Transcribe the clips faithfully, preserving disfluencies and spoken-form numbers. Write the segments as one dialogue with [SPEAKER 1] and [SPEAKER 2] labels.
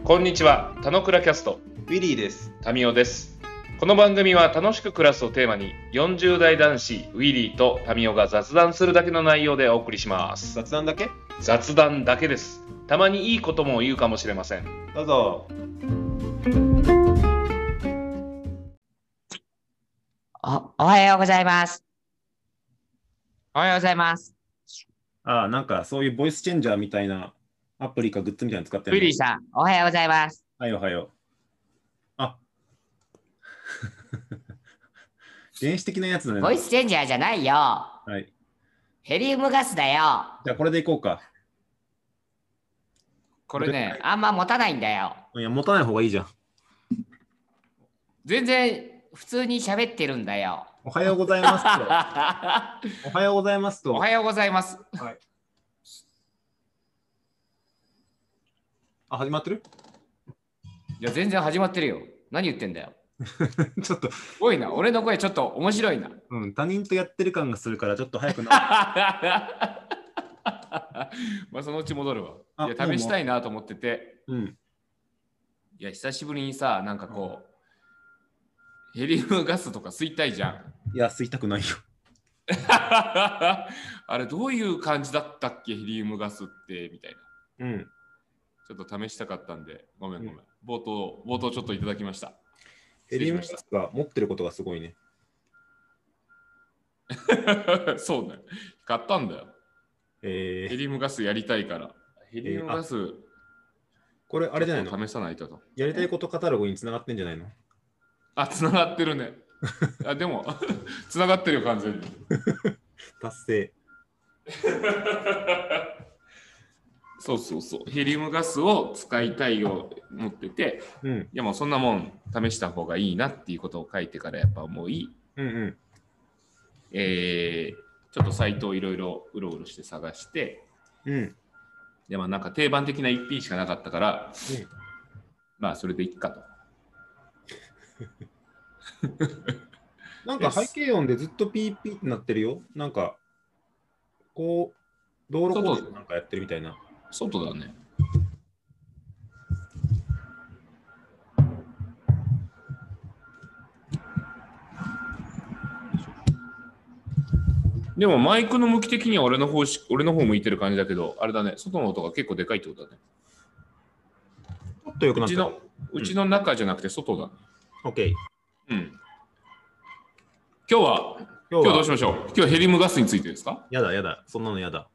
[SPEAKER 1] こんにちは、たのくらキャスト
[SPEAKER 2] ウィリーです。
[SPEAKER 1] タミオです。この番組は楽しく暮らすをテーマによんじゅう代男子ウィリーとタミオが雑談するだけの内容でお送りします。
[SPEAKER 2] 雑談だけ？
[SPEAKER 1] 雑談だけです。たまにいいことも言うかもしれません。
[SPEAKER 2] どうぞ。
[SPEAKER 3] お、おはようございます。おはようございます。
[SPEAKER 2] ああ、なんかそういうボイスチェンジャーみたいなアプリかグッズみたいなの使ってるの？
[SPEAKER 3] ウィリーさん、おはようございます。
[SPEAKER 2] はい、おはよう。あ原始的なやつだね。
[SPEAKER 3] ボイスチェンジャーじゃないよ。
[SPEAKER 2] はい。
[SPEAKER 3] ヘリウムガスだよ。
[SPEAKER 2] じゃあこれでいこうか。
[SPEAKER 3] これね、あんま持たないんだよ。
[SPEAKER 2] いや、持たない方がいいじゃん。
[SPEAKER 3] 全然普通に喋ってるんだよ。
[SPEAKER 2] おはようございますと。おはようございますと。
[SPEAKER 3] おはようございます。
[SPEAKER 2] はい。あ、始まってる？
[SPEAKER 3] いや、全然始まってるよ。何言ってんだよ。
[SPEAKER 2] ちょっと。
[SPEAKER 3] すごいな。俺の声ちょっと面白いな。
[SPEAKER 2] うん、他人とやってる感がするからちょっと早くな。
[SPEAKER 3] まあそのうち戻るわ。
[SPEAKER 2] あ
[SPEAKER 3] いや、試したいなと思ってて。
[SPEAKER 2] うん。
[SPEAKER 3] いや、久しぶりにさ、なんかこう、ヘリウムガスとか吸いたいじゃん。
[SPEAKER 2] いや、吸いたくないよ。
[SPEAKER 3] あれ、どういう感じだったっけ、ヘリウムガスって、みたいな。
[SPEAKER 2] うん。
[SPEAKER 3] ちょっと試したかったんで、ごめんごめん。うん、冒頭、冒頭ちょっといただきました。
[SPEAKER 2] ヘリウムガスが持ってることがすごいね。
[SPEAKER 3] そうね。買ったんだよ。
[SPEAKER 2] えー、
[SPEAKER 3] ヘリウムガスやりたいから。ヘリウムガス、えー、
[SPEAKER 2] これあれじゃないの？
[SPEAKER 3] 試さないとと。
[SPEAKER 2] やりたいことカタログにつながってんじゃないの？
[SPEAKER 3] あ、つながってるね。あ、でも、つながってるよ、完全に。
[SPEAKER 2] 達成。
[SPEAKER 3] そうそうそう。ヘリウムガスを使いたいを持ってて、うん、いやもうそんなもん試した方がいいなっていうことを書いてからやっぱ思い、
[SPEAKER 2] うんうん、
[SPEAKER 3] えー、ちょっとサイトをいろいろうろうろして探して、
[SPEAKER 2] うん、
[SPEAKER 3] でまあなんか定番的な一品しかなかったから、うん、まあそれでいっかと。
[SPEAKER 2] なんか背景音でずっとピーピーってなってるよ。なんかこう道路工事なんかやってるみたいな。
[SPEAKER 3] 外だね。でもマイクの向き的には俺の方し俺の方向いてる感じだけど、あれだね、外の音が結構でかいってことだね。
[SPEAKER 2] ちょっとよくなった。
[SPEAKER 3] うちの、うちの中じゃなくて外だね。
[SPEAKER 2] オッケー。
[SPEAKER 3] うん。今日は、今日はどうしましょう。今日はヘリウムガスについてですか？
[SPEAKER 2] やだやだ、そんなのやだ。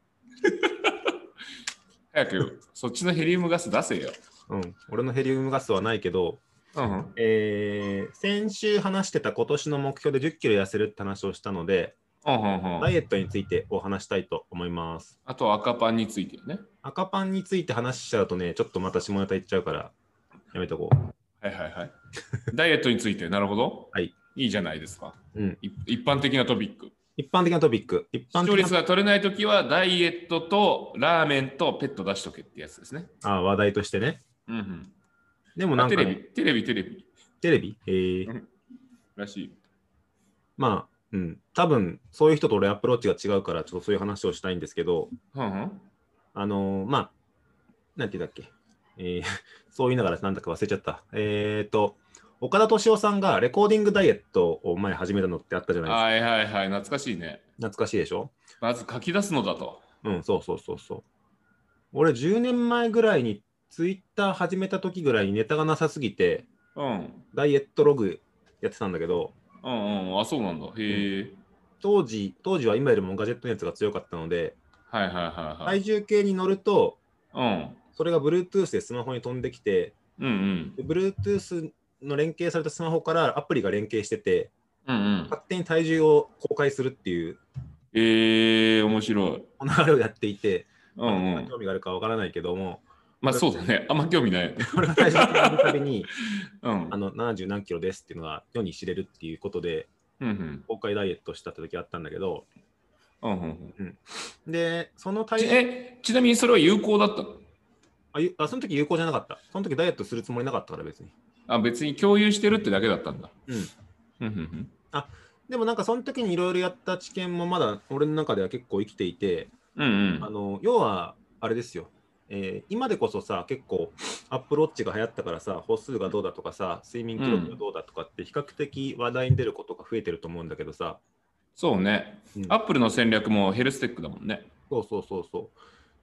[SPEAKER 3] 早くそっちのヘリウムガス出せよ。
[SPEAKER 2] うん、俺のヘリウムガスはないけど、
[SPEAKER 3] うん、
[SPEAKER 2] えー、先週話してた今年の目標でじゅっキロ痩せるって話をしたので、
[SPEAKER 3] うんうんうん、
[SPEAKER 2] ダイエットについてお話したいと思います。
[SPEAKER 3] あと赤パンについてね。
[SPEAKER 2] 赤パンについて話しちゃうとね、ちょっとまた下ネタ言っちゃうからやめとこう。
[SPEAKER 3] はいはいはい。ダイエットについて、なるほど。
[SPEAKER 2] はい。
[SPEAKER 3] いいじゃないですか。
[SPEAKER 2] うん、
[SPEAKER 3] 一般的なトピック。
[SPEAKER 2] 一般的なトピック。一般的な視聴
[SPEAKER 3] 率が取れないときは、ダイエットとラーメンとペット出しとけってやつですね。
[SPEAKER 2] ああ、話題としてね。
[SPEAKER 3] うんうん。
[SPEAKER 2] でもなんか、ね、
[SPEAKER 3] テレビ、テレビ、テレビ。
[SPEAKER 2] テレビえー、
[SPEAKER 3] うん、らしい。
[SPEAKER 2] まあ、うん。多分、そういう人と俺アプローチが違うから、ちょっとそういう話をしたいんですけど、
[SPEAKER 3] うんうん、
[SPEAKER 2] あのー、まあ、なんて言うんだっけ。えー、そう言いながらなんだか忘れちゃった。えーと、岡田敏夫さんがレコーディングダイエットを前始めたのってあったじゃないですか。
[SPEAKER 3] はいはいはい、懐かしいね。
[SPEAKER 2] 懐かしいでしょ？
[SPEAKER 3] まず書き出すのだと。
[SPEAKER 2] うん、そうそうそうそう。俺じゅうねんまえぐらいにツイッター始めた時ぐらいにネタがなさすぎて、
[SPEAKER 3] うん、
[SPEAKER 2] ダイエットログやってたんだけど、
[SPEAKER 3] うんうん、あ、そうなんだ。へえ、うん。
[SPEAKER 2] 当時、当時は今よりもガジェット熱が強かったので、
[SPEAKER 3] はいはいはいはい。
[SPEAKER 2] 体重計に乗ると、
[SPEAKER 3] うん、
[SPEAKER 2] それが Bluetooth でスマホに飛んできて、
[SPEAKER 3] うんうん、
[SPEAKER 2] Bluetooth の連携されたスマホからアプリが連携してて、
[SPEAKER 3] うんうん、
[SPEAKER 2] 勝手に体重を公開するっていう、
[SPEAKER 3] えー、面白い。
[SPEAKER 2] 流れをやっていて、
[SPEAKER 3] うんうん、
[SPEAKER 2] 興味があるかわからないけども、
[SPEAKER 3] まあそうだね、あんま興味ない。
[SPEAKER 2] これが体重計に乗るたびに、
[SPEAKER 3] うん、
[SPEAKER 2] あのななじゅう何キロですっていうのが世に知れるっていうことで、
[SPEAKER 3] うんうん、
[SPEAKER 2] 公開ダイエットしたって時あったんだけど、
[SPEAKER 3] うんうんうん、
[SPEAKER 2] で、その体重
[SPEAKER 3] え、ちなみにそれは有効だったの？
[SPEAKER 2] ああ、その時有効じゃなかった。その時ダイエットするつもりなかったから別に。
[SPEAKER 3] あ、別に共有してるってだけだったんだ。
[SPEAKER 2] うん。
[SPEAKER 3] うんうんうん、
[SPEAKER 2] あ、でもなんかその時にいろいろやった知見もまだ俺の中では結構生きていて、
[SPEAKER 3] うんうん、
[SPEAKER 2] あの要はあれですよ。 えー、今でこそさ、結構、アップルウォッチが流行ったからさ、歩数がどうだとかさ、睡眠記録がどうだとかって、比較的話題に出ることが増えてると思うんだけどさ。
[SPEAKER 3] そうね。うん、アップルの戦略もヘルステックだもんね。
[SPEAKER 2] そうそうそうそう。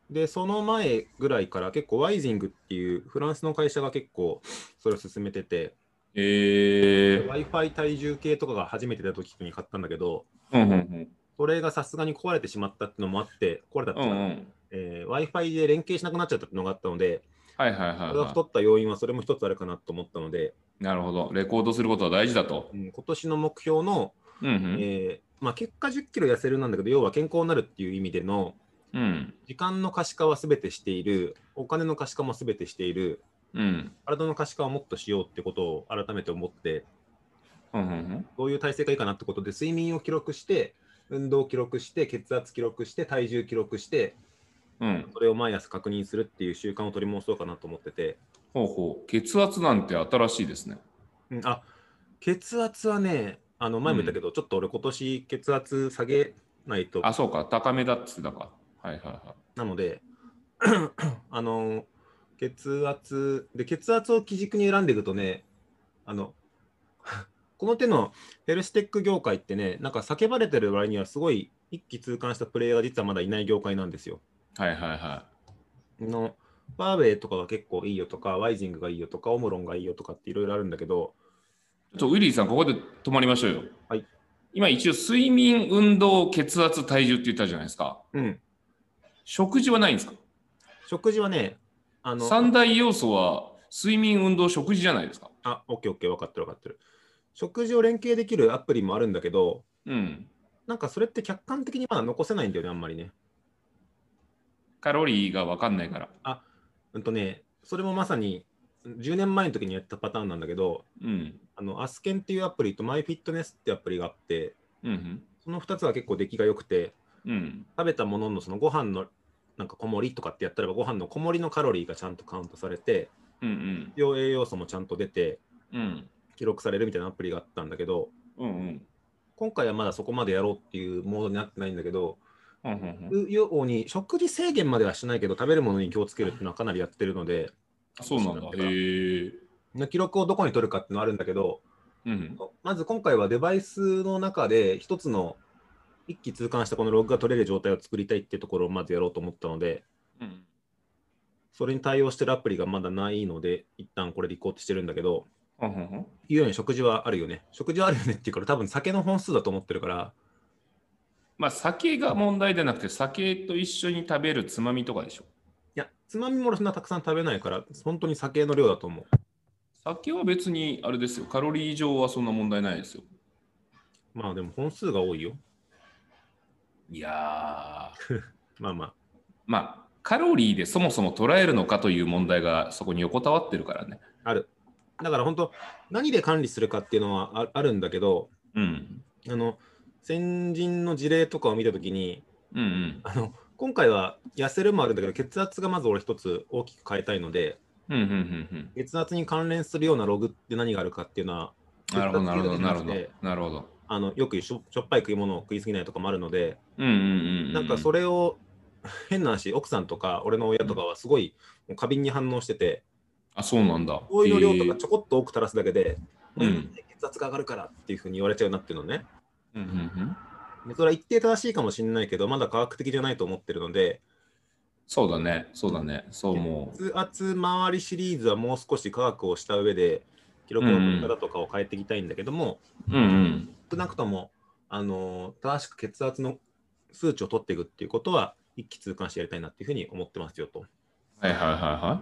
[SPEAKER 2] で、その前ぐらいから結構、ワイジングっていうフランスの会社が結構それを進めてて、
[SPEAKER 3] えー、
[SPEAKER 2] Wi-Fi 体重計とかが初めて出た時に買ったんだけど、
[SPEAKER 3] うんうんうん、
[SPEAKER 2] それがさすがに壊れてしまったっていうのもあって、壊れたっていうか、うんうん、えー、Wi-Fi で連携しなくなっちゃったっていうのがあったので、
[SPEAKER 3] はいはいはい、はい、
[SPEAKER 2] それが太った要因はそれも一つあるかなと思ったので、
[SPEAKER 3] なるほど、レコードすることは大事だと。
[SPEAKER 2] うん、今年の目標の、
[SPEAKER 3] うんうん
[SPEAKER 2] えーまあ、結果じゅっキロ痩せるなんだけど、要は健康になるっていう意味での、
[SPEAKER 3] うん、
[SPEAKER 2] 時間の可視化はすべてしている、お金の可視化もすべてしている、
[SPEAKER 3] うん、
[SPEAKER 2] 体の可視化をもっとしようってことを改めて思って、
[SPEAKER 3] うんうんうん、
[SPEAKER 2] どういう体勢がいいかなってことで、睡眠を記録して、運動を記録して、血圧記録して、体重記録して、うん、それを毎朝確認するっていう習慣を取り戻そうかなと思ってて。
[SPEAKER 3] ほうほう、血圧なんて新しいですね。
[SPEAKER 2] うん、あ、血圧はね、あの前も言ったけど、うん、ちょっと俺今年血圧下げないと。
[SPEAKER 3] あ、そうか、高めだって言ってたか。はいはいはい。
[SPEAKER 2] なので、あの、血圧、で、血圧を基軸に選んでいくとね、あの、この手のヘルステック業界ってね、なんか叫ばれてる割にはすごい一気通貫したプレイヤーが実はまだいない業界なんですよ。
[SPEAKER 3] はいはいはい。
[SPEAKER 2] のバーベイとかが結構いいよとか、ワイジングがいいよとか、オムロンがいいよとかっていろいろあるんだけど、
[SPEAKER 3] ちょっとウィリーさん、ここで止まりましょうよ。
[SPEAKER 2] はい。
[SPEAKER 3] 今一応、睡眠、運動、血圧、体重って言ったじゃないですか。
[SPEAKER 2] うん。
[SPEAKER 3] 食事はないんですか？
[SPEAKER 2] 食事はね、
[SPEAKER 3] あの三大要素は睡眠、運動、食事じゃないですか。
[SPEAKER 2] あ、オッケーオッケー、分かってる分かってる。食事を連携できるアプリもあるんだけど、
[SPEAKER 3] うん。
[SPEAKER 2] なんかそれって客観的にまだ残せないんだよね、あんまりね。
[SPEAKER 3] カロリーが分かんないから。
[SPEAKER 2] あ、うんとね、それもまさにじゅうねんまえの時にやったパターンなんだけど、
[SPEAKER 3] うん、
[SPEAKER 2] あのアスケンっていうアプリとマイフィットネスってアプリがあって、
[SPEAKER 3] うん、
[SPEAKER 2] そのふたつは結構出来が良くて、
[SPEAKER 3] うん、
[SPEAKER 2] 食べたもののそのご飯のなんか小盛りとかってやったらご飯の小盛りのカロリーがちゃんとカウントされて、
[SPEAKER 3] うんうん、
[SPEAKER 2] 必要栄養素もちゃんと出て、
[SPEAKER 3] うん、
[SPEAKER 2] 記録されるみたいなアプリがあったんだけど、
[SPEAKER 3] うんうん、
[SPEAKER 2] 今回はまだそこまでやろうっていうモードになってないんだけど、
[SPEAKER 3] うんうんうん、
[SPEAKER 2] ように食事制限まではしないけど食べるものに気をつけるっていうのはかなりやってるので、
[SPEAKER 3] そうなんだ。へ
[SPEAKER 2] え。記録をどこに取るかっていうのはあるんだけど、
[SPEAKER 3] うん、
[SPEAKER 2] まず今回はデバイスの中で一つの一気通貫したこのログが取れる状態を作りたいっていうところをまずやろうと思ったので、うん、それに対応してるアプリがまだないので、一旦これでいこうとしてるんだけど、
[SPEAKER 3] うんうん、
[SPEAKER 2] いうように食事はあるよね。食事はあるよねっていうから、多分酒の本数だと思ってるから。
[SPEAKER 3] まあ、酒が問題でなくて、酒と一緒に食べるつまみとかでしょ。い
[SPEAKER 2] や、つまみもそんなたくさん食べないから、本当に酒の量だと思う。
[SPEAKER 3] 酒は別にあれですよ。カロリー上はそんな問題ないですよ。
[SPEAKER 2] まあでも本数が多いよ。
[SPEAKER 3] いやー。
[SPEAKER 2] まあまあ。
[SPEAKER 3] まあ、カロリーでそもそも捉えるのかという問題がそこに横たわってるからね。
[SPEAKER 2] ある。だから本当、何で管理するかっていうのは あ, あるんだけど、
[SPEAKER 3] うん、
[SPEAKER 2] あの先人の事例とかを見たときに、
[SPEAKER 3] うんうん、
[SPEAKER 2] あの今回は痩せるもあるんだけど、血圧がまず俺一つ大きく変えたいので、
[SPEAKER 3] うんうんうんうん、
[SPEAKER 2] 血圧に関連するようなログって何があるかっていうのは、
[SPEAKER 3] なるほど、なるほど、なるほど。なるほど。
[SPEAKER 2] あのよくしょしょっぱい食い物を食いすぎないとかもあるので、
[SPEAKER 3] うんうんうんうん、
[SPEAKER 2] なんかそれを変な話、奥さんとか俺の親とかはすごいもう過敏に反応してて、
[SPEAKER 3] あ、そうなんだ。
[SPEAKER 2] お湯の量とかちょこっと多く垂らすだけで、
[SPEAKER 3] うん、
[SPEAKER 2] 血圧が上がるからっていうふうに言われちゃうなっていうのね。
[SPEAKER 3] うんうんうん
[SPEAKER 2] でそれは一定正しいかもしれないけど、まだ科学的じゃないと思ってるので、
[SPEAKER 3] そうだね、そうだね、そう思う。
[SPEAKER 2] 血圧周りシリーズはもう少し科学をした上で、記録の取り方とかを変えていきたいんだけども、
[SPEAKER 3] うんうん、
[SPEAKER 2] 少なくとも、あのー、正しく血圧の数値を取っていくっていうことは、一気通貫してやりたいなっていうふうに思ってますよと。
[SPEAKER 3] はいはいはいはい。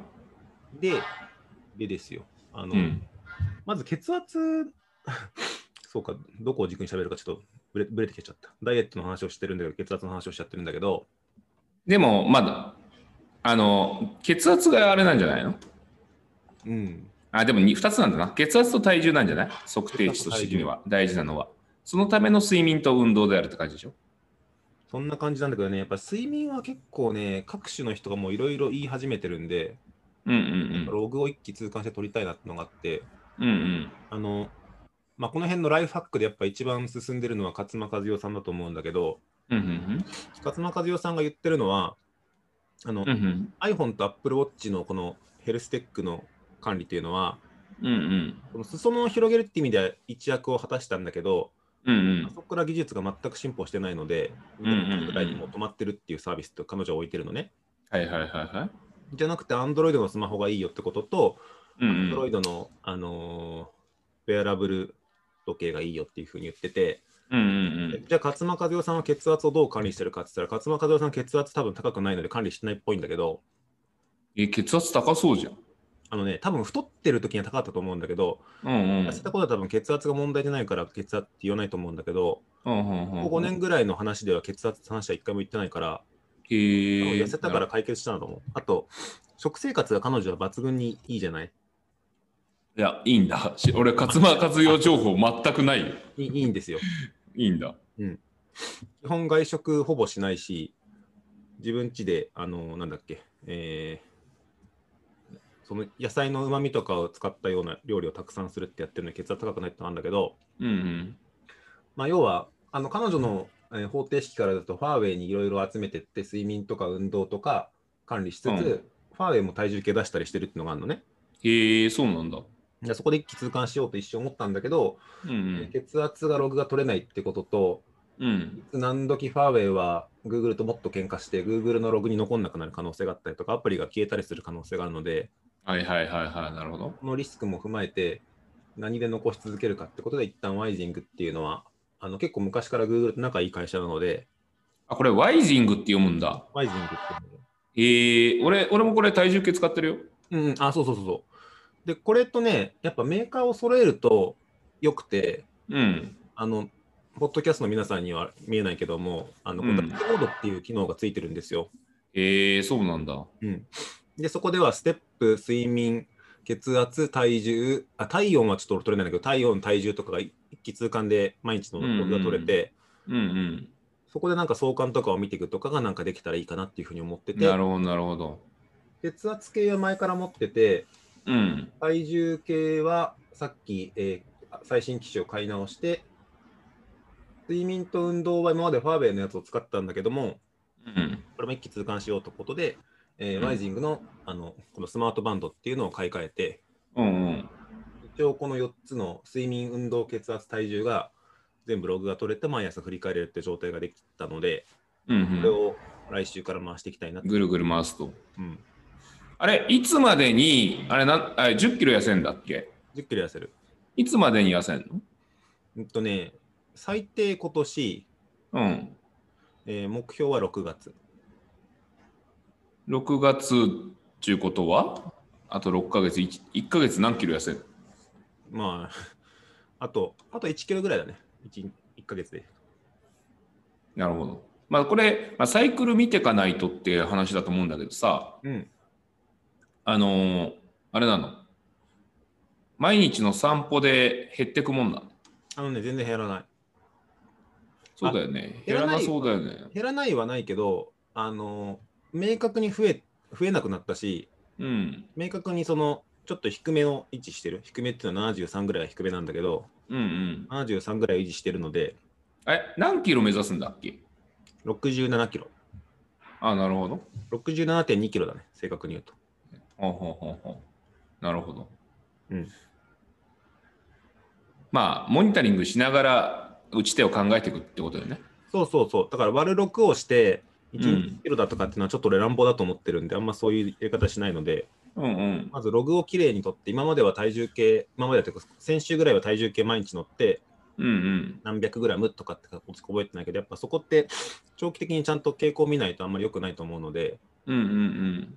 [SPEAKER 2] で、でですよ。あの、
[SPEAKER 3] うん、
[SPEAKER 2] まず血圧、そうか、どこを軸に喋るかちょっとブレ、ブレてきちゃった。ダイエットの話をしてるんだけど、血圧の話をしちゃってるんだけど。
[SPEAKER 3] でも、まだ、あの、血圧があれなんじゃないの？
[SPEAKER 2] うん。
[SPEAKER 3] あ、でもふたつなんだな。血圧と体重なんじゃない？測定値としてには大事なのは。そのための睡眠と運動であるって感じでしょ？
[SPEAKER 2] そんな感じなんだけどね、やっぱ睡眠は結構ね、各種の人がもういろいろ言い始めてるんで、
[SPEAKER 3] うんうんうん、
[SPEAKER 2] ログを一気通貫して取りたいなってのがあって、
[SPEAKER 3] うんうん、
[SPEAKER 2] あの、まあ、この辺のライフハックでやっぱ一番進んでるのは勝間和代さんだと思うんだけど、
[SPEAKER 3] うんうんうん、
[SPEAKER 2] 勝間和代さんが言ってるのは、 あの、
[SPEAKER 3] うんうん、
[SPEAKER 2] iPhone と Apple Watch のこのヘルステックの管理っていうのは、
[SPEAKER 3] うんうん、
[SPEAKER 2] この裾野を広げるって意味では一役を果たしたんだけど、
[SPEAKER 3] うんうん、
[SPEAKER 2] そこから技術が全く進歩してないので、
[SPEAKER 3] うんうんうん
[SPEAKER 2] ぐらいにもう止まってるっていうサービスと彼女は置いてるのね。
[SPEAKER 3] はいはいはいはい。
[SPEAKER 2] じゃなくて、Android のスマホがいいよってことと、
[SPEAKER 3] うんうん、
[SPEAKER 2] Android の、あのーウェアラブル時計がいいよっていうふうに言ってて、
[SPEAKER 3] うんうんうん、
[SPEAKER 2] じゃあ勝間和代さんは血圧をどう管理してるかって言ったら、勝間和代さん血圧多分高くないので管理してないっぽいんだけど、
[SPEAKER 3] え、血圧高そうじゃん。
[SPEAKER 2] あのね、多分太ってる時には高かったと思うんだけど、
[SPEAKER 3] うんうん。
[SPEAKER 2] 痩せたことは多分血圧が問題じゃないから血圧って言わないと思うんだけど、
[SPEAKER 3] うんうんうん
[SPEAKER 2] ここごねんぐらいの話では血圧って話は一回も言ってないから、
[SPEAKER 3] へえ。
[SPEAKER 2] 痩せたから解決したんだと思う。あと、食生活が彼女は抜群にいいじゃない。
[SPEAKER 3] いや、いいんだ。し俺、勝間和代情報全くないよ。
[SPEAKER 2] いいいいんですよ。
[SPEAKER 3] いいんだ。
[SPEAKER 2] うん。基本外食ほぼしないし、自分家で、あの、なんだっけ、えー、その野菜のうまみとかを使ったような料理をたくさんするってやってるので血圧高くないってのあるんだけど、
[SPEAKER 3] うんうん。
[SPEAKER 2] まあ、要は、あの彼女の、えー方程式からだと、ファーウェイにいろいろ集めてって、睡眠とか運動とか管理しつつ、
[SPEAKER 3] うん、
[SPEAKER 2] ファーウェイも体重計出したりしてるっていうのがあるのね。
[SPEAKER 3] へえ、そうなんだ。
[SPEAKER 2] でそこで一気通貫しようと一瞬思ったんだけど、
[SPEAKER 3] うんうん。
[SPEAKER 2] 血圧がログが取れないってことと、
[SPEAKER 3] うん。
[SPEAKER 2] いつ何時ファーウェイは Google ともっと喧嘩して Google のログに残んなくなる可能性があったりとか、アプリが消えたりする可能性があるので、
[SPEAKER 3] はいはいはいはい、なるほど。
[SPEAKER 2] このリスクも踏まえて何で残し続けるかってことで一旦ワイジングっていうのはあの結構昔から Google と仲いい会社なので、
[SPEAKER 3] あ、これ、ワイジングって読むんだ。
[SPEAKER 2] ワイジングっていうの
[SPEAKER 3] へえ、俺、俺もこれ体重計使ってるよ。
[SPEAKER 2] うん、あ、そうそうそうそう。で、これとね、やっぱメーカーを揃えるとよくて、
[SPEAKER 3] うん。
[SPEAKER 2] あの、ポッドキャストの皆さんには見えないけども、あの、
[SPEAKER 3] うん、
[SPEAKER 2] ダッシュボードっていう機能がついてるんですよ。
[SPEAKER 3] へえ、そうなんだ。
[SPEAKER 2] うん。で、そこではステップ、睡眠、血圧、体重、あ、体温はちょっと取れないんだけど、体温、体重とかが一気通貫で毎日のログが取れて、
[SPEAKER 3] うんうん。
[SPEAKER 2] そこでなんか相関とかを見ていくとかがなんかできたらいいかなっていうふうに思ってて、
[SPEAKER 3] なるほど、なるほど。
[SPEAKER 2] 血圧計は前から持ってて、
[SPEAKER 3] うん。
[SPEAKER 2] 体重計はさっき、えー最新機種を買い直して、睡眠と運動は今までファーウェイのやつを使ったんだけども、
[SPEAKER 3] うん。
[SPEAKER 2] これも一気通貫しようということで、えー
[SPEAKER 3] うん
[SPEAKER 2] ワイジングの、あのこのスマートバンドっていうのを買い替えて、
[SPEAKER 3] うんうん。
[SPEAKER 2] 一応このよっつの睡眠、運動、血圧、体重が全部ログが取れて毎朝振り返れるって状態ができたので、
[SPEAKER 3] うんうん、
[SPEAKER 2] これを来週から回していきたいなって。
[SPEAKER 3] ぐるぐる回すと。
[SPEAKER 2] うん、
[SPEAKER 3] あれ、いつまでに、あれな、あれじゅっキロ痩せんだっけ？
[SPEAKER 2] じゅっキロ痩せる。
[SPEAKER 3] いつまでに痩せんの？
[SPEAKER 2] うんとね、最低今年、
[SPEAKER 3] うん。
[SPEAKER 2] えー目標はろくがつ。
[SPEAKER 3] ろくがつっていうことは、あとろっかげつ、いち, いっかげつ何キロ痩せる？
[SPEAKER 2] まあ、あと、あといちキロぐらいだね。いち, いっかげつで。
[SPEAKER 3] なるほど。まあこれ、まあ、サイクル見ていかないとっていう話だと思うんだけどさ、
[SPEAKER 2] うん。
[SPEAKER 3] あのーあれなの。毎日の散歩で減ってくもんなの？
[SPEAKER 2] あのね、全然減らない。
[SPEAKER 3] そうだよね。
[SPEAKER 2] 減らない
[SPEAKER 3] 減らなそうだよね。
[SPEAKER 2] 減らないはないけど、あの、明確に増え、増えなくなったし、
[SPEAKER 3] うん。
[SPEAKER 2] 明確にその、ちょっと低めの位置してる。低めっていうのはななじゅうさんぐらいが低めなんだけど、
[SPEAKER 3] うんうん。
[SPEAKER 2] ななじゅうさんぐらい維持してるので、
[SPEAKER 3] え、何キロ目指すんだっけ？
[SPEAKER 2] ろくじゅうななキロ。
[SPEAKER 3] あ、なるほど。
[SPEAKER 2] ろくじゅうななてんにキロだね、正確に言うと。
[SPEAKER 3] ほうほうほうほう。なるほど。
[SPEAKER 2] うん。
[SPEAKER 3] まあ、モニタリングしながら打ち手を考えていくってことだよね。
[SPEAKER 2] そうそうそう。だから割るろくをして、いちにち
[SPEAKER 3] うん
[SPEAKER 2] キロだとかっていうのはちょっと俺乱暴だと思ってるんで、あんまそういうやり方しないので、
[SPEAKER 3] うんうん。
[SPEAKER 2] まずログをきれいにとって、今までは体重計、今まではというか、先週ぐらいは体重計毎日乗って、
[SPEAKER 3] うんうん。
[SPEAKER 2] 何百グラムとかって覚えてないけど、やっぱそこって長期的にちゃんと傾向を見ないとあんまり良くないと思うので、
[SPEAKER 3] うんうんうん。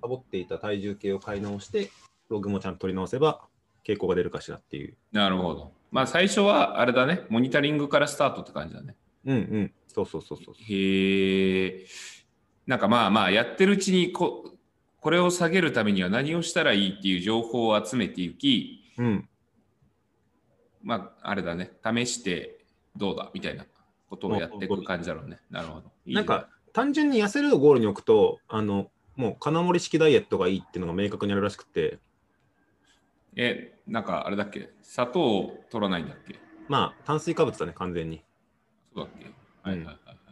[SPEAKER 2] サボっていた体重計を買い直して、ログもちゃんと取り直せば傾向が出るかしらっていう。
[SPEAKER 3] なるほど。まあ、最初はあれだね。モニタリングからスタートって感じだね。
[SPEAKER 2] うんうん。そうそうそうそう。
[SPEAKER 3] へえ。なんかまあまあ、やってるうちにこ、これを下げるためには何をしたらいいっていう情報を集めていき、
[SPEAKER 2] うん。
[SPEAKER 3] まあ、あれだね。試してどうだみたいなことをやっていく感じだろうね。なるほど。いいね、
[SPEAKER 2] なんか、単純に痩せるをゴールに置くと、あの、もう金森式ダイエットがいいっていうのが明確にあるらしくて、
[SPEAKER 3] え、なんかあれだっけ？砂糖を取らないんだっけ？
[SPEAKER 2] まあ、炭水化物だね、完全に。
[SPEAKER 3] そうだっけ？はいはいはいはい。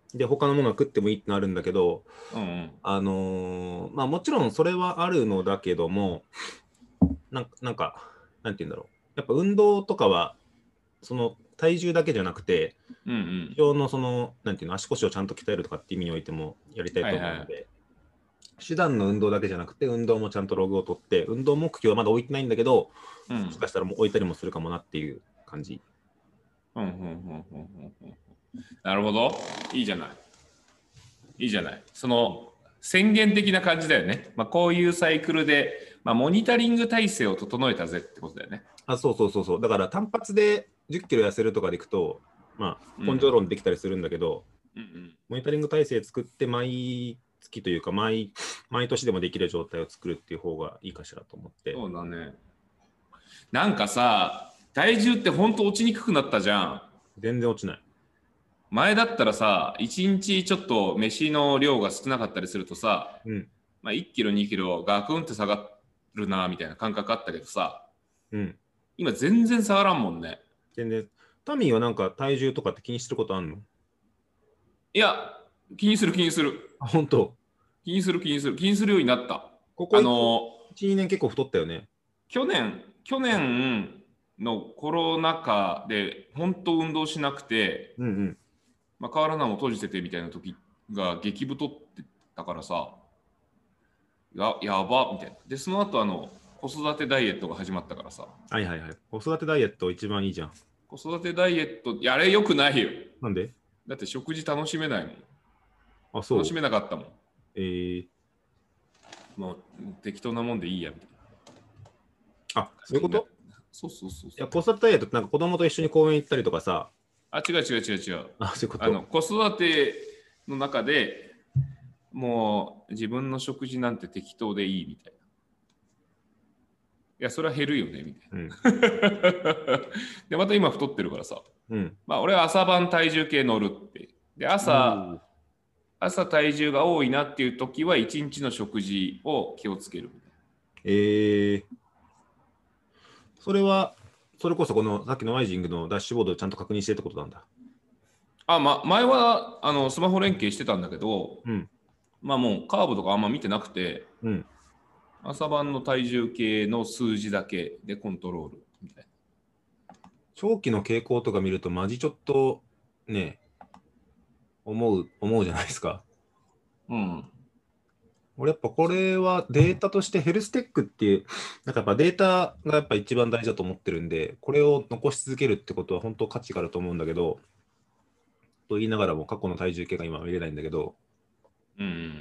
[SPEAKER 2] で他のものは食ってもいいってなるんだけど、
[SPEAKER 3] うんうん、
[SPEAKER 2] あのー、まあもちろんそれはあるのだけども、なんか、なんか、なんて言うんだろう。やっぱ運動とかは、その体重だけじゃなくて、
[SPEAKER 3] うんうん、
[SPEAKER 2] 非常のその、なんていうの、足腰をちゃんと鍛えるとかっていう意味においてもやりたいと思うので、はいはい、手段の運動だけじゃなくて、運動もちゃんとログを取って、運動目標はまだ置いてないんだけど、うん、もしかしたらもう置いたりもするかもなっていう感じ。
[SPEAKER 3] うんうんうんうんうんうん、なるほど。いいじゃない。いいじゃない。その宣言的な感じだよね。まあ、こういうサイクルで、まあ、モニタリング体制を整えたぜってことだよね。
[SPEAKER 2] あ、そうそうそうそう。だから単発でじゅっキロ痩せるとかでいくと、まあ、根性論できたりするんだけど、うんうんうん、モニタリング体制作って毎月というか毎、毎年でもできる状態を作るっていう方がいいかしらと思って。
[SPEAKER 3] そうだね。なんかさ、体重ってほんと落ちにくくなったじゃん。
[SPEAKER 2] 全然落ちない。
[SPEAKER 3] 前だったらさ、いちにちちょっと飯の量が少なかったりするとさ、うん、まあ、いちキロにキロガクンって下がるなみたいな感覚あったけどさ、うん、今全然下がらんもんね。
[SPEAKER 2] 全然。タミーはなんか体重とかって気にしてることあんの？
[SPEAKER 3] いや、気にする気にする。
[SPEAKER 2] あ、本当？
[SPEAKER 3] 気にする気にする。気にするようになった。
[SPEAKER 2] ここあのいち、にねん結構太ったよね。
[SPEAKER 3] 去年、去年のコロナ禍で本当運動しなくて、うんうん、まあ、河原菜も閉じててみたいな時が激太ってたからさ、や、やばみたいな。で、その後あの、子育てダイエットが始まったからさ。
[SPEAKER 2] はいはいはい。子育てダイエット一番いいじゃん。
[SPEAKER 3] 子育てダイエット、やれよくないよ。
[SPEAKER 2] なんで？
[SPEAKER 3] だって食事楽しめないもん。
[SPEAKER 2] あ、そう。
[SPEAKER 3] 楽しめなかったもん。
[SPEAKER 2] えー、
[SPEAKER 3] もう適当なもんでいいやみたい
[SPEAKER 2] な。あ、そういうこと？
[SPEAKER 3] そうそうそうそう。い
[SPEAKER 2] や、子育てダイエットってなんか子供と一緒に公園行ったりとかさ。
[SPEAKER 3] あ、違う違う違う違う。
[SPEAKER 2] あ、そういうこと？
[SPEAKER 3] あの子育ての中でもう自分の食事なんて適当でいいみたいな。いや、それは減るよねみたいな。うん、で、また今太ってるからさ。うん、まあ、俺は朝晩体重計乗るって。で、朝、朝体重が多いなっていう時は一日の食事を気をつける。
[SPEAKER 2] えー、それは、それこそこのさっきのワイジングのダッシュボードをちゃんと確認してってことなんだ。
[SPEAKER 3] あ、ま、前はあのスマホ連携してたんだけど、うん、まあもうカーブとかあんま見てなくて、うん、朝晩の体重計の数字だけでコントロールみたいな。
[SPEAKER 2] 長期の傾向とか見るとマジちょっとね、思う、思うじゃないですか。うん。俺やっぱこれはデータとしてヘルステックっていう、なんかやっぱデータがやっぱ一番大事だと思ってるんで、これを残し続けるってことは本当価値があると思うんだけど、と言いながらも過去の体重計が今見れないんだけど、うん。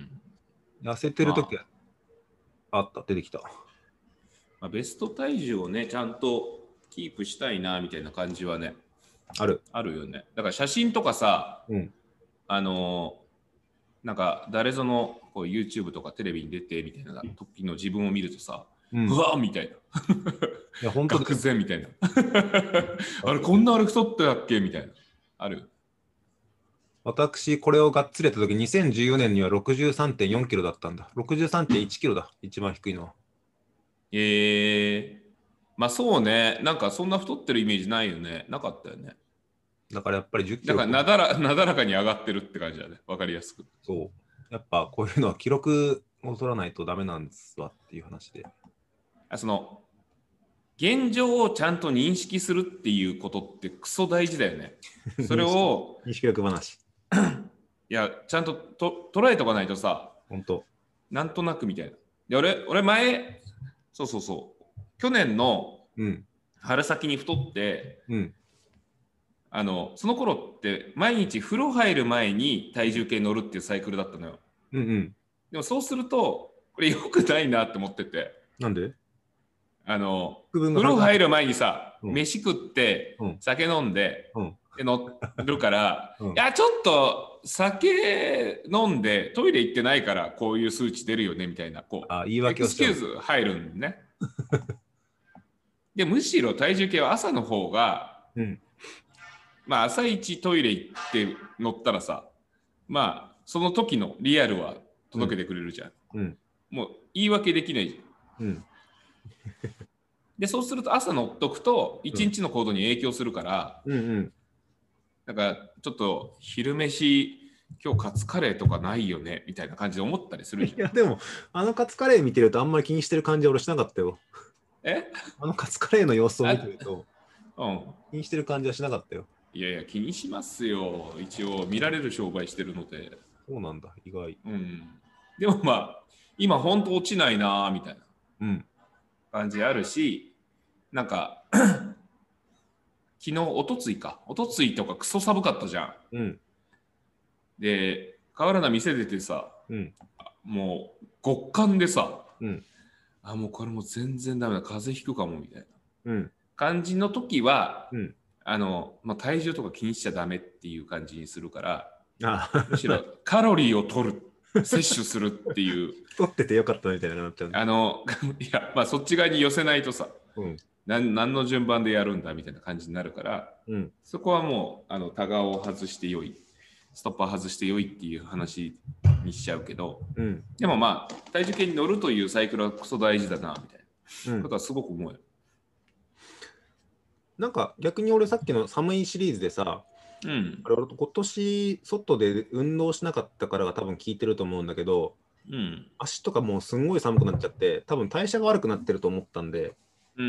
[SPEAKER 2] 痩せてるときは、まあ、あった、出てきた。
[SPEAKER 3] まあ、ベスト体重をね、ちゃんとキープしたいなみたいな感じはね、
[SPEAKER 2] ある。
[SPEAKER 3] あるよね。だから写真とかさ、うん、あのー、なんか誰ぞのこう YouTube とかテレビに出てみたいな時の自分を見るとさ、うん、うわーみたいな。いや、本当愕然みたいな。あれ、こんなあれ太ってたっけみたいな。ある。
[SPEAKER 2] 私、これをがっつりやったとき、にせんじゅうよねんには ろくじゅうさんてんよん キロだったんだ。ろくじゅうさんてんいち キロだ、一番低いのは。
[SPEAKER 3] えー、まあそうね。なんかそんな太ってるイメージないよね。なかったよね。
[SPEAKER 2] だからやっぱりじゅっキロ。
[SPEAKER 3] だからなだらなだらかに上がってるって感じだね。わかりやすく。
[SPEAKER 2] そう。やっぱこういうのは記録を取らないとダメなんですわっていう話で。
[SPEAKER 3] あ、その、現状をちゃんと認識するっていうことってクソ大事だよね。それを。
[SPEAKER 2] 認識力話。
[SPEAKER 3] いや、ちゃんとと捉えとかないとさ、
[SPEAKER 2] 本当。
[SPEAKER 3] なんとなくみたいな。で、俺、俺前、そうそうそう、去年の春先に太って、うん、あの、その頃って毎日風呂入る前に体重計乗るっていうサイクルだったのよ。うんうん。でもそうすると、これ良くないなって思ってて。
[SPEAKER 2] なんで？
[SPEAKER 3] あの、風呂入る前にさ、うん、飯食って、うん、酒飲んで、うんで乗るから、うん、いやちょっと酒飲んでトイレ行ってないからこういう数値出るよねみたいなこう
[SPEAKER 2] あ言い訳を
[SPEAKER 3] エクスキューズ入るんねでむしろ体重計は朝の方が、うん、まあ朝一トイレ行って乗ったらさまあその時のリアルは届けてくれるじゃん、うん、もう言い訳できないじゃん、うん、でそうすると朝乗っとくと一日の行動に影響するから、うんうんうんだからちょっと昼飯今日カツカレーとかないよねみたいな感じで思ったりするじゃん。
[SPEAKER 2] いや、でも、あのカツカレー見てるとあんまり気にしてる感じは俺しなかったよ。
[SPEAKER 3] え
[SPEAKER 2] あのカツカレーの様子を見てると、
[SPEAKER 3] うん。
[SPEAKER 2] 気にしてる感じはしなかったよ。
[SPEAKER 3] いやいや、気にしますよ。一応、見られる商売してるので。
[SPEAKER 2] そうなんだ、意外。
[SPEAKER 3] うん。でもまあ、今ほんと落ちないなみたいな
[SPEAKER 2] うん。
[SPEAKER 3] 感じあるし、なんか、昨日、おとついか。おとついとかクソ寒かったじゃん。
[SPEAKER 2] うん。
[SPEAKER 3] で、河原な店出てさ、
[SPEAKER 2] うん。
[SPEAKER 3] もう極寒でさ、
[SPEAKER 2] うん。
[SPEAKER 3] あ、もうこれもう全然ダメだ、風邪ひくかもみたいな
[SPEAKER 2] うん。
[SPEAKER 3] 感じの時は、
[SPEAKER 2] うん。
[SPEAKER 3] あの、まあ、体重とか気にしちゃダメっていう感じにするから、
[SPEAKER 2] あ
[SPEAKER 3] むしろカロリーを取る、摂取するっていう、
[SPEAKER 2] 太っててよかったみたいになっちゃう。
[SPEAKER 3] あの、いや、まあそっち側に寄せないとさ、
[SPEAKER 2] うん。
[SPEAKER 3] 何何の順番でやるんだみたいな感じになるから、
[SPEAKER 2] うん。
[SPEAKER 3] そこはもう、あの、タガを外してよい、ストッパー外してよいっていう話にしちゃうけど、
[SPEAKER 2] うん。
[SPEAKER 3] でもまあ、体重計に乗るというサイクルはクソ大事だな、みたいなことはすごく思うよ。
[SPEAKER 2] なんか逆に俺さっきの寒いシリーズでさ、
[SPEAKER 3] うん。
[SPEAKER 2] あれ俺今年外で運動しなかったからが多分効いてると思うんだけど、
[SPEAKER 3] うん。
[SPEAKER 2] 足とかもうすんごい寒くなっちゃって、多分代謝が悪くなってると思ったんで、
[SPEAKER 3] うんうん。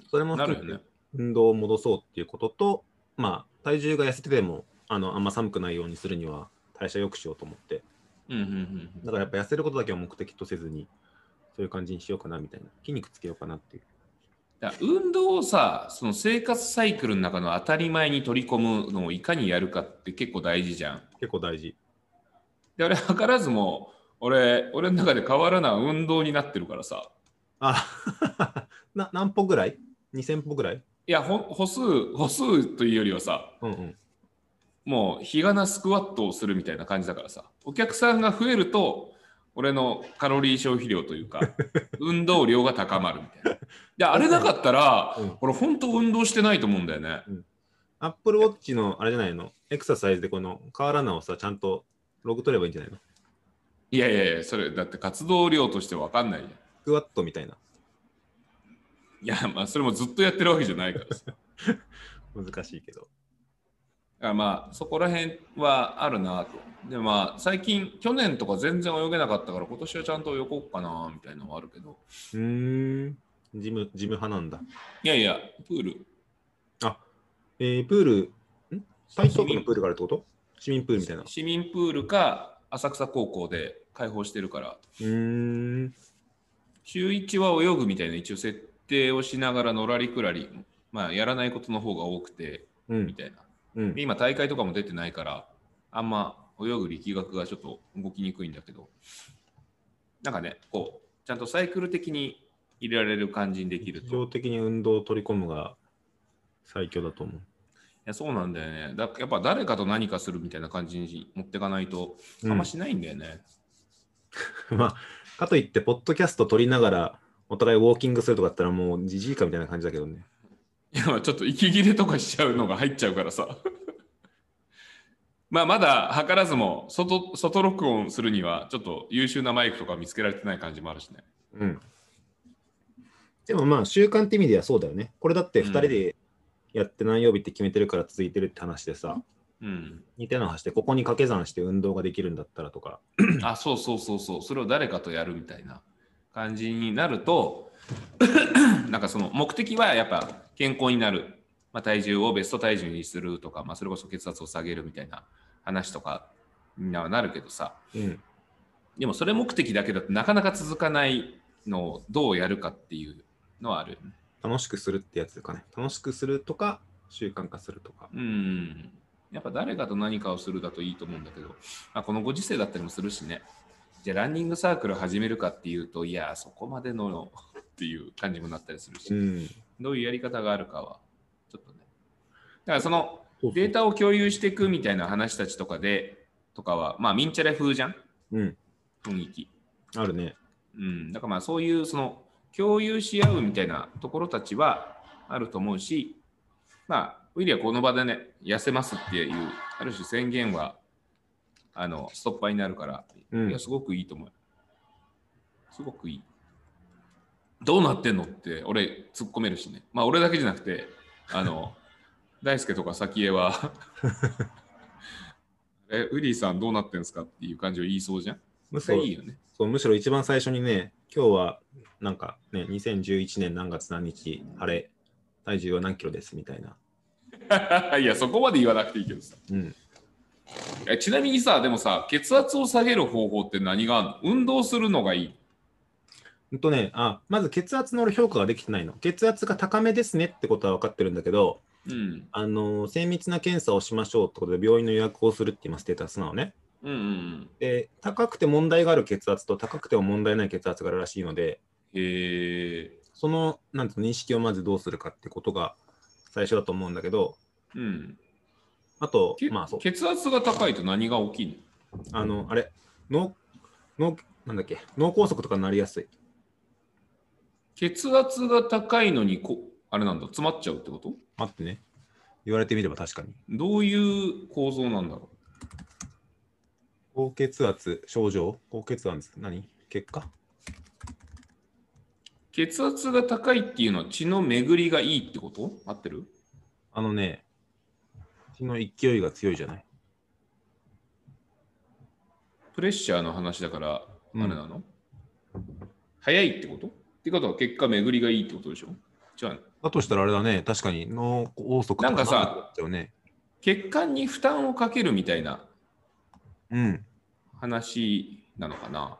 [SPEAKER 2] それも含めて
[SPEAKER 3] なるよね。
[SPEAKER 2] 運動を戻そうっていうことと、まあ体重が痩せててもあのあんま寒くないようにするには代謝良くしようと思って、
[SPEAKER 3] うんうんうん。
[SPEAKER 2] だからやっぱ痩せることだけを目的とせずに、そういう感じにしようかなみたいな、筋肉つけようかなっていう。
[SPEAKER 3] だから運動をさ、その生活サイクルの中の当たり前に取り込むのをいかにやるかって結構大事じゃん。
[SPEAKER 2] 結構大事。
[SPEAKER 3] で、俺、図らずも、俺、俺の中で変わらない運動になってるからさ。
[SPEAKER 2] あな何歩ぐらい ?にせん 歩ぐらい。
[SPEAKER 3] いや、ほ歩数、歩数というよりはさ、
[SPEAKER 2] うんうん。
[SPEAKER 3] もう日がなスクワットをするみたいな感じだからさ、お客さんが増えると、俺のカロリー消費量というか、運動量が高まるみたいな。いや、あれなかったら、
[SPEAKER 2] うん、
[SPEAKER 3] 俺本当運動してないと思うんだよね。
[SPEAKER 2] アップルウォッチのあれじゃないの、エクササイズでこの河原名をさ、ちゃんとログ取ればいいんじゃないの。
[SPEAKER 3] いやいやいや、それだって活動量として分かんないじゃん。
[SPEAKER 2] スクワットみたいな。
[SPEAKER 3] いや、まあ、それもずっとやってるわけじゃないからさ。
[SPEAKER 2] 難しいけど。
[SPEAKER 3] あまあ、そこら辺はあるなと。で、まあ、最近、去年とか全然泳げなかったから、今年はちゃんと泳ごうかな、みたいなのはあるけど。
[SPEAKER 2] うーん、ジム、ジム派なんだ。
[SPEAKER 3] いやいや、プール。
[SPEAKER 2] あ、えー、プール、ん体操部のプールがあるってこと？市民プールみたいな。
[SPEAKER 3] 市民プールか、浅草高校で開放してるから、
[SPEAKER 2] うーん。
[SPEAKER 3] 週いちは泳ぐみたいな一応設定をしながらのらりくらり、まあ、やらないことの方が多くて、
[SPEAKER 2] うん、
[SPEAKER 3] みたいな。
[SPEAKER 2] うん、
[SPEAKER 3] で今大会とかも出てないからあんま泳ぐ力学がちょっと動きにくいんだけど、なんかねこうちゃんとサイクル的に入れられる感じにできると。
[SPEAKER 2] 日常的に運動を取り込むが最強だと思う。
[SPEAKER 3] いやそうなんだよね。だやっぱ誰かと何かするみたいな感じに持っていかないとあんましないんだよね。
[SPEAKER 2] うん、まあかといってポッドキャスト撮りながらお互いウォーキングするとかだったらもうじじいかみたいな感じだけどね。
[SPEAKER 3] いやちょっと息切れとかしちゃうのが入っちゃうからさまあまだ図らずも 外, 外録音するにはちょっと優秀なマイクとか見つけられてない感じもあるしね。
[SPEAKER 2] うん。でもまあ習慣って意味ではそうだよね。これだってふたりでやって何曜日って決めてるから続いてるって話でさ、
[SPEAKER 3] うん、
[SPEAKER 2] 似たような話でここに掛け算して運動ができるんだったらとか。
[SPEAKER 3] あ、そうそうそうそう、それを誰かとやるみたいな感じになるとなんかその目的はやっぱ健康になる、まあ、体重をベスト体重にするとか、まあ、それこそ血圧を下げるみたいな話とかにはなるけどさ、
[SPEAKER 2] うん、
[SPEAKER 3] でもそれ目的だけだとなかなか続かないのをどうやるかっていうのはあるよね。
[SPEAKER 2] 楽しくするってやつかね。楽しくするとか習慣化するとか。
[SPEAKER 3] うんやっぱ誰かと何かをするだといいと思うんだけど、まあ、このご時世だったりもするしね。じゃあランニングサークル始めるかっていうと、いやそこまでのっていう感じもなったりするし、
[SPEAKER 2] うん、
[SPEAKER 3] どういうやり方があるかはちょっとね。だからそのデータを共有していくみたいな話たちとかでとかはまあミンチャレ風じゃん、
[SPEAKER 2] うん、
[SPEAKER 3] 雰囲気
[SPEAKER 2] あるね。
[SPEAKER 3] うん、だからまあそういうその共有し合うみたいなところたちはあると思うし、まあウィリはこの場でね痩せますっていうある種宣言はあのストッパーになるから、うん、いやすごくいいと思う。すごくいい。どうなってんのって俺突っ込めるしね。まあ俺だけじゃなくてあの大輔とか早紀江はえ、ウリーさんどうなってんすかっていう感じを言いそうじゃん。
[SPEAKER 2] む
[SPEAKER 3] それいいよね。
[SPEAKER 2] そうむしろ一番最初にね、今日はなんかね、にせんじゅういちねん何月何日、晴れ、体重は何キロですみたいな。
[SPEAKER 3] いや、そこまで言わなくていいけどさ。
[SPEAKER 2] うん。
[SPEAKER 3] えちなみにさ、でもさ、血圧を下げる方法って何があるの？運動するのがいい。
[SPEAKER 2] ほんとね、あ、まず血圧の評価ができてないの。血圧が高めですねってことは分かってるんだけど、
[SPEAKER 3] うん。
[SPEAKER 2] あの精密な検査をしましょうってことで病院の予約をするって今ステータスなのね。
[SPEAKER 3] うんうんうん。
[SPEAKER 2] で、高くて問題がある血圧と高くても問題ない血圧があるらしいので、
[SPEAKER 3] へえ。
[SPEAKER 2] そのなんていうの認識をまずどうするかってことが最初だと思うんだけど、
[SPEAKER 3] うん。
[SPEAKER 2] あと、
[SPEAKER 3] け
[SPEAKER 2] まあそう、
[SPEAKER 3] 血圧が高いと何が起きんの？
[SPEAKER 2] あの、あれ、脳、脳、なんだっけ、脳梗塞とかになりやすい。
[SPEAKER 3] 血圧が高いのにこ、あれなんだ、詰まっちゃうってこと？
[SPEAKER 2] 待ってね。言われてみれば確かに。
[SPEAKER 3] どういう構造なんだろ
[SPEAKER 2] 高血圧、症状高血圧、何結果
[SPEAKER 3] う？血圧が高いっていうのは血の巡りがいいってこと？合ってる？
[SPEAKER 2] あのね、血の勢いが強いじゃない。
[SPEAKER 3] プレッシャーの話だから、あ
[SPEAKER 2] うん
[SPEAKER 3] れなの？早いってこと？ってことは結果巡りがいいってことでしょ？じゃあ、
[SPEAKER 2] だとしたらあれだね、確かに脳梗塞とか
[SPEAKER 3] なんかさ
[SPEAKER 2] なっちゃうね。
[SPEAKER 3] 血管に負担をかけるみたいな
[SPEAKER 2] うん。
[SPEAKER 3] 話なのかな？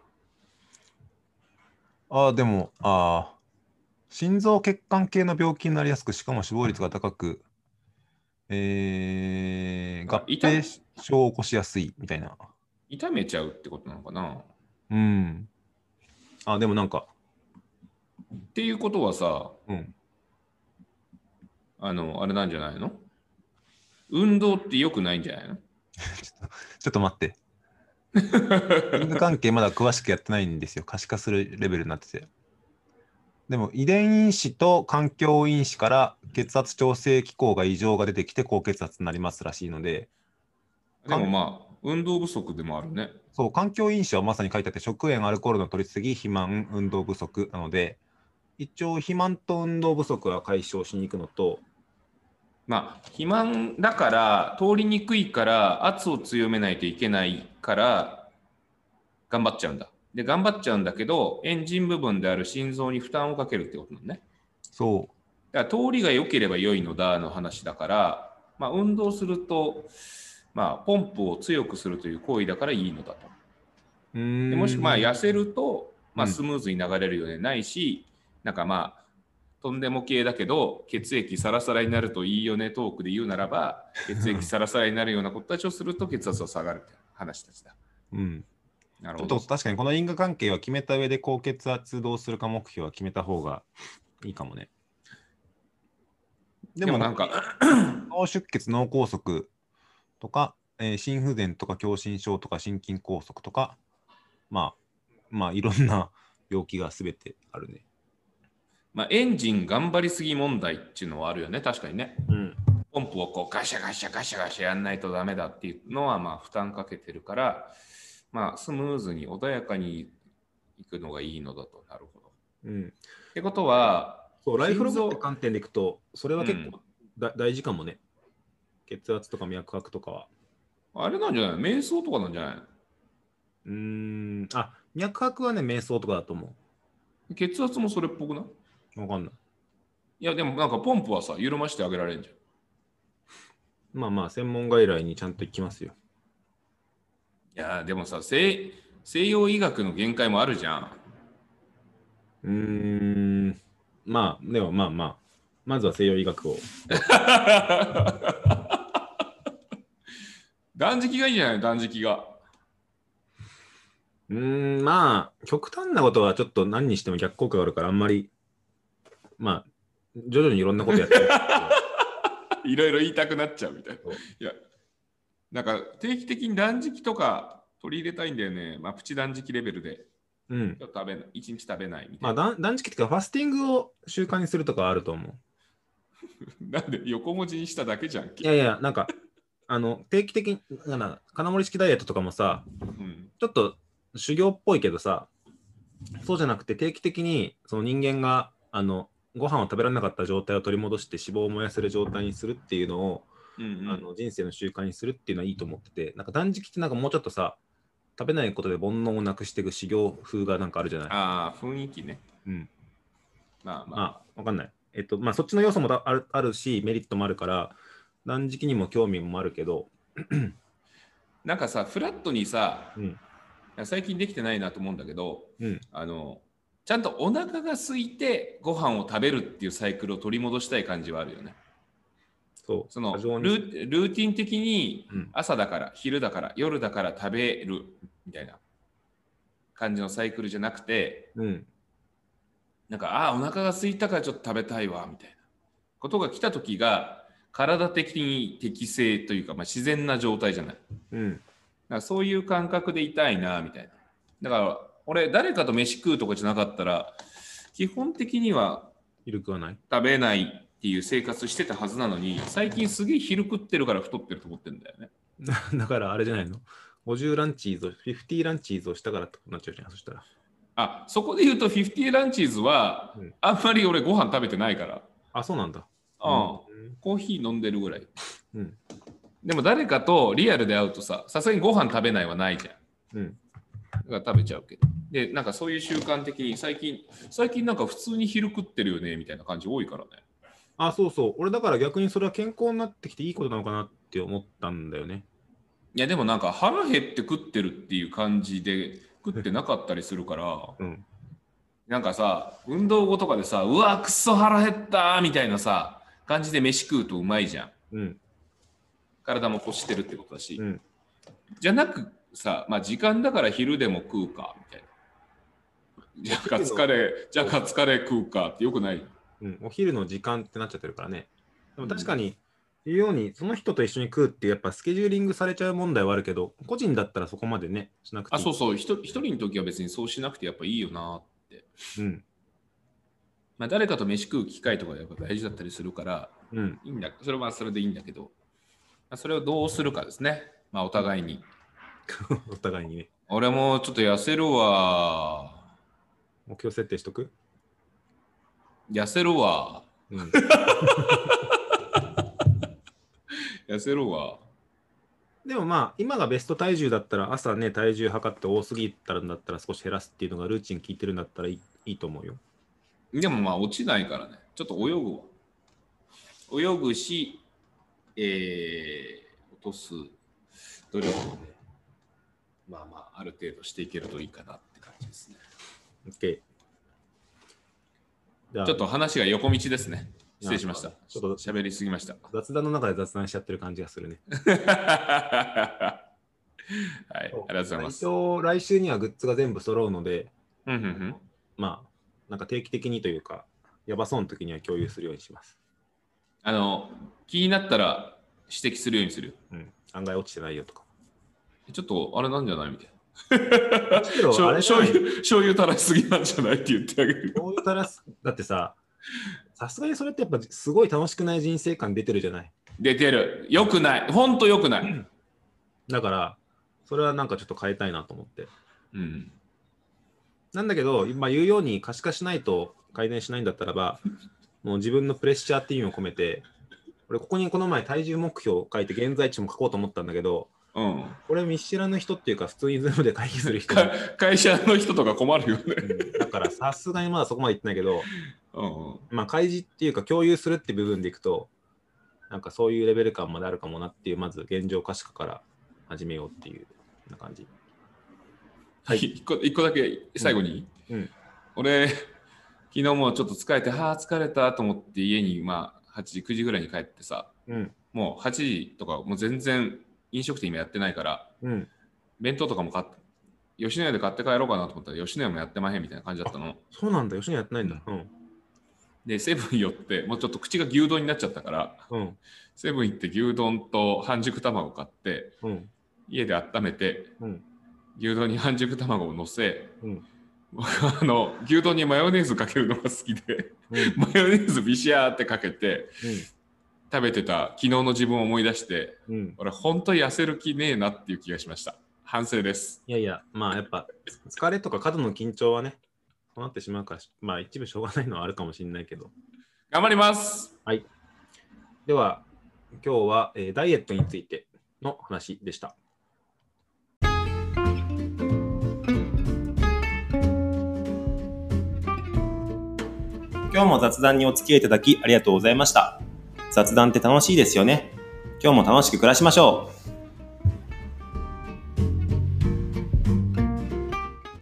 [SPEAKER 2] ああ、でも、ああ、心臓血管系の病気になりやすく、しかも死亡率が高く、えー、合
[SPEAKER 3] あ痛
[SPEAKER 2] 併症を起こしやすいみたいな。
[SPEAKER 3] 痛めちゃうってことなのかな？
[SPEAKER 2] うん。あ、でもなんか、
[SPEAKER 3] っていうことはさ、
[SPEAKER 2] うん。
[SPEAKER 3] あの、あれなんじゃないの？運動って良くないんじゃないの？
[SPEAKER 2] ちょっと、ちょっと待って。因果関係まだ詳しくやってないんですよ。可視化するレベルになってて。でも遺伝因子と環境因子から血圧調整機構が異常が出てきて高血圧になりますらしいので、
[SPEAKER 3] でもまあ、運動不足でもあるね。
[SPEAKER 2] そう、環境因子はまさに書いてあって、食塩、アルコールの取りすぎ、肥満、運動不足なので、一応肥満と運動不足は解消しに行くのと、
[SPEAKER 3] まあ、肥満だから通りにくいから圧を強めないといけないから頑張っちゃうんだ。で、頑張っちゃうんだけど、エンジン部分である心臓に負担をかけるってことなのね。
[SPEAKER 2] そう。
[SPEAKER 3] だから通りが良ければ良いのだの話だから、まあ、運動すると、まあ、ポンプを強くするという行為だからいいのだと。
[SPEAKER 2] うーん
[SPEAKER 3] でもし、まあ、痩せると、まあ、
[SPEAKER 2] うん
[SPEAKER 3] スムーズに流れるよね、ないし、なんかまあ、とんでも系だけど、血液サラサラになるといいよね、トークで言うならば、血液サラサラになるようなことたちをすると血圧は下がるって話たちだ。
[SPEAKER 2] うん。
[SPEAKER 3] なるほど。
[SPEAKER 2] ちょっと確かにこの因果関係は決めた上で高血圧どうするか目標は決めた方がいいかもね。
[SPEAKER 3] でもなんか、
[SPEAKER 2] 脳出血、脳梗塞とか、えー心不全とか狭心症とか心筋梗塞とか、まあ、まあいろんな病気がすべてあるね。
[SPEAKER 3] まあ、エンジン頑張りすぎ問題っていうのはあるよね、確かにね。
[SPEAKER 2] うん。
[SPEAKER 3] ポンプをこうガシャガシャガシャガシャやんないとダメだっていうのはまあ負担かけてるから、まあ、スムーズに穏やかにいくのがいいのだと。なるほど。
[SPEAKER 2] うん、
[SPEAKER 3] ってことは、
[SPEAKER 2] そう、ライフログ
[SPEAKER 3] 心臓
[SPEAKER 2] って観点でいくと、それは結構
[SPEAKER 3] うん
[SPEAKER 2] だ、大事かもね。血圧とか脈拍とかは。
[SPEAKER 3] あれなんじゃないの？瞑想とかなんじゃないの？
[SPEAKER 2] うーん、あ、脈拍はね、瞑想とかだと思
[SPEAKER 3] 血圧もそれっぽくない？
[SPEAKER 2] う。わかんない。
[SPEAKER 3] いや、でもなんかポンプはさ、緩ましてあげられるんじゃん。
[SPEAKER 2] まあまあ、専門外来にちゃんと行きますよ。
[SPEAKER 3] いや、でもさ、西、西洋医学の限界もあるじゃん。
[SPEAKER 2] うーん、まあ、でもまあまあ、まずは西洋医学を。
[SPEAKER 3] 断食がいいんじゃない？断食が。
[SPEAKER 2] うーん、まあ、極端なことはちょっと何にしても逆効果があるから、あんまり、まあ、徐々にいろんなことやってる。
[SPEAKER 3] いろいろ言いたくなっちゃうみたいな。
[SPEAKER 2] そう
[SPEAKER 3] いや、なんか定期的に断食とか取り入れたいんだよね。まあ、プチ断食レベルで。
[SPEAKER 2] うん。
[SPEAKER 3] ちょっと食べない。一日食べないみた
[SPEAKER 2] まあ、
[SPEAKER 3] いな。
[SPEAKER 2] 断断食っていうか、ファスティングを習慣にするとかはあると思う。
[SPEAKER 3] なんで横文字にしただけじゃんけ。
[SPEAKER 2] いやいや、なんか、あの、定期的に、なんかな金森式ダイエットとかもさ、
[SPEAKER 3] うん。
[SPEAKER 2] ちょっと修行っぽいけどさ、そうじゃなくて定期的にその人間があのご飯を食べられなかった状態を取り戻して脂肪を燃やせる状態にするっていうのを
[SPEAKER 3] うんうん、
[SPEAKER 2] あの人生の習慣にするっていうのはいいと思ってて、なんか断食ってなんかもうちょっとさ、食べないことで煩悩をなくしていく修行風がなんかあるじゃない。
[SPEAKER 3] ああ、雰囲気ね。
[SPEAKER 2] うん。
[SPEAKER 3] まあまあ。
[SPEAKER 2] まあ、わかんない。えっと、まあ、そっちの要素もある、あるし、メリットもあるから、断食にも興味もあるけど、
[SPEAKER 3] なんかさ、フラットにさ、
[SPEAKER 2] うん、
[SPEAKER 3] 最近できてないなと思うんだけど、
[SPEAKER 2] うん、
[SPEAKER 3] あの、ちゃんとお腹が空いてご飯を食べるっていうサイクルを取り戻したい感じはあるよね。
[SPEAKER 2] そう、
[SPEAKER 3] その
[SPEAKER 2] 過剰に
[SPEAKER 3] ルー、ルーティン的に
[SPEAKER 2] うん
[SPEAKER 3] 朝だから昼だから夜だから食べるみたいな感じのサイクルじゃなくて、
[SPEAKER 2] うん、
[SPEAKER 3] なんかああお腹が空いたからちょっと食べたいわみたいなことが来た時が体的に適正というか、まあ、自然な状態じゃない。
[SPEAKER 2] うん、
[SPEAKER 3] だからそういう感覚でいたいなみたいな。だから俺誰かと飯食うとかじゃなかったら基本的には
[SPEAKER 2] 昼食わない
[SPEAKER 3] 食べないっていう生活してたはずなのに、最近すげえ昼食ってるから太ってると思ってるんだよね。
[SPEAKER 2] だからあれじゃないの ?ごじゅう ランチーズを、ごじゅうランチーズをしたからってことになっちゃうじゃん、そしたら。
[SPEAKER 3] あ、そこで言うとごじゅうランチーズは、
[SPEAKER 2] うん
[SPEAKER 3] あんまり俺ご飯食べてないから。
[SPEAKER 2] あ、そうなんだ。
[SPEAKER 3] うん。
[SPEAKER 2] うん
[SPEAKER 3] コーヒー飲んでるぐらい。
[SPEAKER 2] うん。
[SPEAKER 3] でも誰かとリアルで会うとさ、さすがにご飯食べないはないじゃん。
[SPEAKER 2] うん。
[SPEAKER 3] だから食べちゃうけど。で、なんかそういう習慣的に最近、最近なんか普通に昼食ってるよねみたいな感じ多いからね。
[SPEAKER 2] あ、そうそう。俺だから逆にそれは健康になってきていいことなのかなって思ったんだよね。
[SPEAKER 3] いやでもなんか腹減って食ってるっていう感じで食ってなかったりするから、
[SPEAKER 2] うん。
[SPEAKER 3] なんかさ、運動後とかでさ、うわ、くっそ腹減ったみたいなさ、感じで飯食うとうまいじゃん。
[SPEAKER 2] うん。
[SPEAKER 3] 体も欲してるってことだし。
[SPEAKER 2] うん。
[SPEAKER 3] じゃなくさ、まあ時間だから昼でも食うか、みたいな。じゃあカツカレー、じゃあカツカレー食うかってよくない。
[SPEAKER 2] うん。お昼の時間ってなっちゃってるからね。でも確かに、言うように、その人と一緒に食うってやっぱスケジューリングされちゃう問題はあるけど、個人だったらそこまでね、しなくていい。
[SPEAKER 3] あ、そうそう、一人の時は別にそうしなくてやっぱいいよなって。
[SPEAKER 2] うん。
[SPEAKER 3] まあ誰かと飯食う機会とかやっぱ大事だったりするから、
[SPEAKER 2] うん。
[SPEAKER 3] いいんだ、それはそれでいいんだけど、まあ、それをどうするかですね。まあお互いに。
[SPEAKER 2] お互いにね。
[SPEAKER 3] 俺もちょっと痩せるわ。
[SPEAKER 2] 目標設定しとく
[SPEAKER 3] 痩せるわ。
[SPEAKER 2] うん。
[SPEAKER 3] 痩せるわ。
[SPEAKER 2] でもまあ、今がベスト体重だったら、朝ね、体重測って多すぎたらんだったら少し減らすっていうのがルーチン効いてるんだったらいい、いいと思うよ。
[SPEAKER 3] でもまあ落ちないからね。ちょっと泳ぐわ。泳ぐし、えー、落とす努力をね、まあまあ、ある程度していけるといいかなって感じですね。
[SPEAKER 2] OK。じゃあ
[SPEAKER 3] ちょっと話が横道ですね。失礼しました。
[SPEAKER 2] ちょっと
[SPEAKER 3] 喋りすぎました。
[SPEAKER 2] 雑談の中で雑談しちゃってる感じがするね。
[SPEAKER 3] はい、ありがとうございます。
[SPEAKER 2] 一応、来週にはグッズが全部揃うので、
[SPEAKER 3] うんうんうん、
[SPEAKER 2] まあ、なんか定期的にというか、やばそうな時には共有するようにします。
[SPEAKER 3] あの、気になったら指摘するようにする。
[SPEAKER 2] うん。案外落ちてないよとか。
[SPEAKER 3] ちょっとあれなんじゃないみたいな。
[SPEAKER 2] 醤油
[SPEAKER 3] 醤油醤油垂らしすぎなんじゃないって言ってあげる。
[SPEAKER 2] 醤油垂らす。だってさ、さすがにそれってやっぱすごい楽しくない人生観出てるじゃない。
[SPEAKER 3] 出てる。よくない。ほんとよくない。
[SPEAKER 2] だから、それはなんかちょっと変えたいなと思って。
[SPEAKER 3] うん。
[SPEAKER 2] なんだけど、今言うように可視化しないと改善しないんだったらば、もう自分のプレッシャーっていう意味を込めて、俺ここにこの前体重目標を書いて現在地も書こうと思ったんだけど、
[SPEAKER 3] うん、
[SPEAKER 2] これ見知らぬ人っていうか普通にズームで会議する人
[SPEAKER 3] 会社の人とか困るよね、
[SPEAKER 2] うん、だからさすがにまだそこまで言ってないけど、
[SPEAKER 3] うんうん、
[SPEAKER 2] まあ開示っていうか共有するって部分でいくと、なんかそういうレベル感まであるかもなっていう、まず現状可視化から始めようっていうな感じ。
[SPEAKER 3] はい、一個一個だけ最後に、
[SPEAKER 2] うんうん、
[SPEAKER 3] 俺昨日もちょっと疲れてはあ疲れたと思って家にまあはちじくじぐらいに帰ってさ、
[SPEAKER 2] うん、
[SPEAKER 3] もうはちじとかもう全然飲食店今やってないから、
[SPEAKER 2] うん、
[SPEAKER 3] 弁当とかも買って吉野家で買って帰ろうかなと思ったら吉野家もやってまへんみたいな感じだったの。
[SPEAKER 2] そうなんだ、吉野家やってないんだ、うん、
[SPEAKER 3] でセブン寄ってもうちょっと口が牛丼になっちゃったから、うん、セブン行って牛丼と半熟卵買って、うん、家で温めて、うん、牛丼に半熟卵を乗せ、うん、あの牛丼にマヨネーズかけるのが好きで、うん、マヨネーズビシャーってかけて、うん、食べてた昨日の自分を思い出して、うん、俺本当に痩せる気ねえなっていう気がしました。反省です。
[SPEAKER 2] いやいや、まあやっぱ疲れとか過度の緊張はね、そうなってしまうから、まあ一部しょうがないのはあるかもしれないけど。
[SPEAKER 3] 頑張ります。
[SPEAKER 2] はい。では、 今日は、えーダイエットについての話でした。
[SPEAKER 4] 今日も雑談にお付き合いいただきありがとうございました。雑談って楽しいですよね。今日も楽しく暮らしましょう。